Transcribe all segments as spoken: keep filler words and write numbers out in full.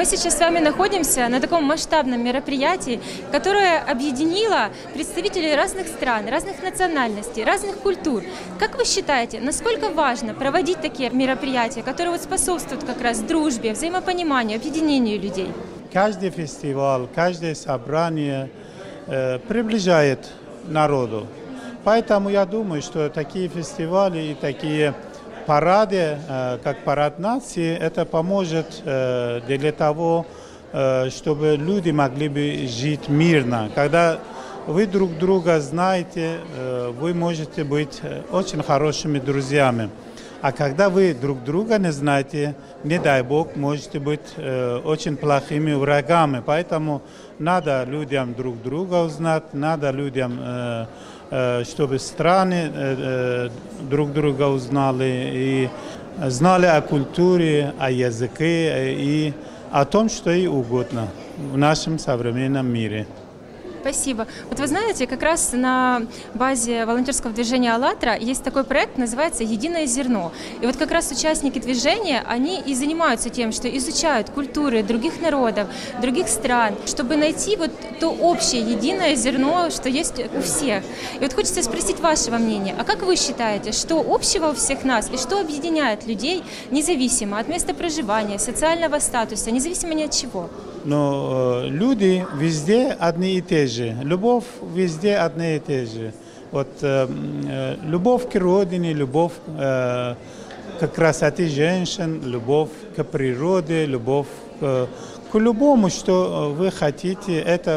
Мы сейчас с вами находимся на таком масштабном мероприятии, которое объединило представителей разных стран, разных национальностей, разных культур. Как вы считаете, насколько важно проводить такие мероприятия, которые вот способствуют как раз дружбе, взаимопониманию, объединению людей? Каждый фестиваль, каждое собрание э, приближает народу. Поэтому я думаю, что такие фестивали и такие парады, э, как парад нации, это поможет э, для того, э, чтобы люди могли бы жить мирно. Когда вы друг друга знаете, э, вы можете быть очень хорошими друзьями. А когда вы друг друга не знаете, не дай бог, можете быть э, очень плохими врагами. Поэтому надо людям друг друга узнать, надо людям, э, э, чтобы страны э, друг друга узнали и знали о культуре, о языке и о том, что и угодно в нашем современном мире. Спасибо. Вот вы знаете, как раз на базе волонтерского движения «АЛЛАТРА» есть такой проект, называется «Единое зерно». И вот как раз участники движения, они и занимаются тем, что изучают культуры других народов, других стран, чтобы найти вот то общее единое зерно, что есть у всех. И вот хочется спросить вашего мнения, а как вы считаете, что общего у всех нас и что объединяет людей независимо от места проживания, социального статуса, независимо ни от чего? Но э, люди везде одни и те же. Любовь везде одна и те же. Вот э, э, любовь к родине, любовь э, к красоте женщин, любовь к природе, любовь к, к любому, что вы хотите,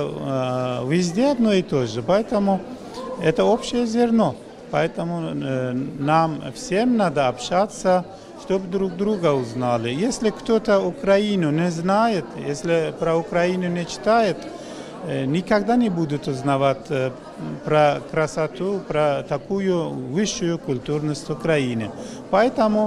это э, везде одно и то же. Поэтому это общее зерно. Поэтому э, нам всем надо общаться, чтобы друг друга узнали. Если кто-то Украину не знает, если про Украину не читает, никогда не будут узнавать про красоту, про такую высшую культурность Украины. Поэтому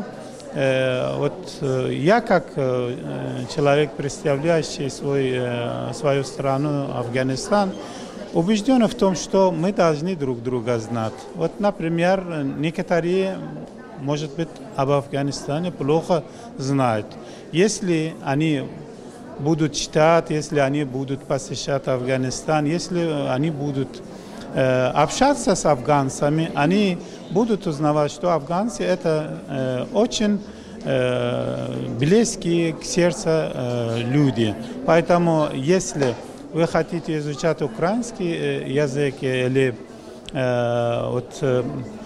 э, вот я, как человек, представляющий свой, свою страну, Афганистан, убежден в том, что мы должны друг друга знать. Вот, например, некоторые, может быть, об Афганистане плохо знают. Если они будут читать, если они будут посещать Афганистан, если они будут э, общаться с афганцами, они будут узнавать, что афганцы это э, очень э, близкие к сердцу э, люди. Поэтому, если вы хотите изучать украинский э, язык или э, вот, э,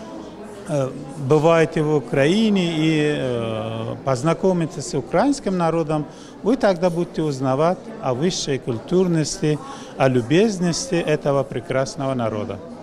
бываете в Украине и э, познакомитесь с украинским народом, вы тогда будете узнавать о высшей культурности, о любезности этого прекрасного народа.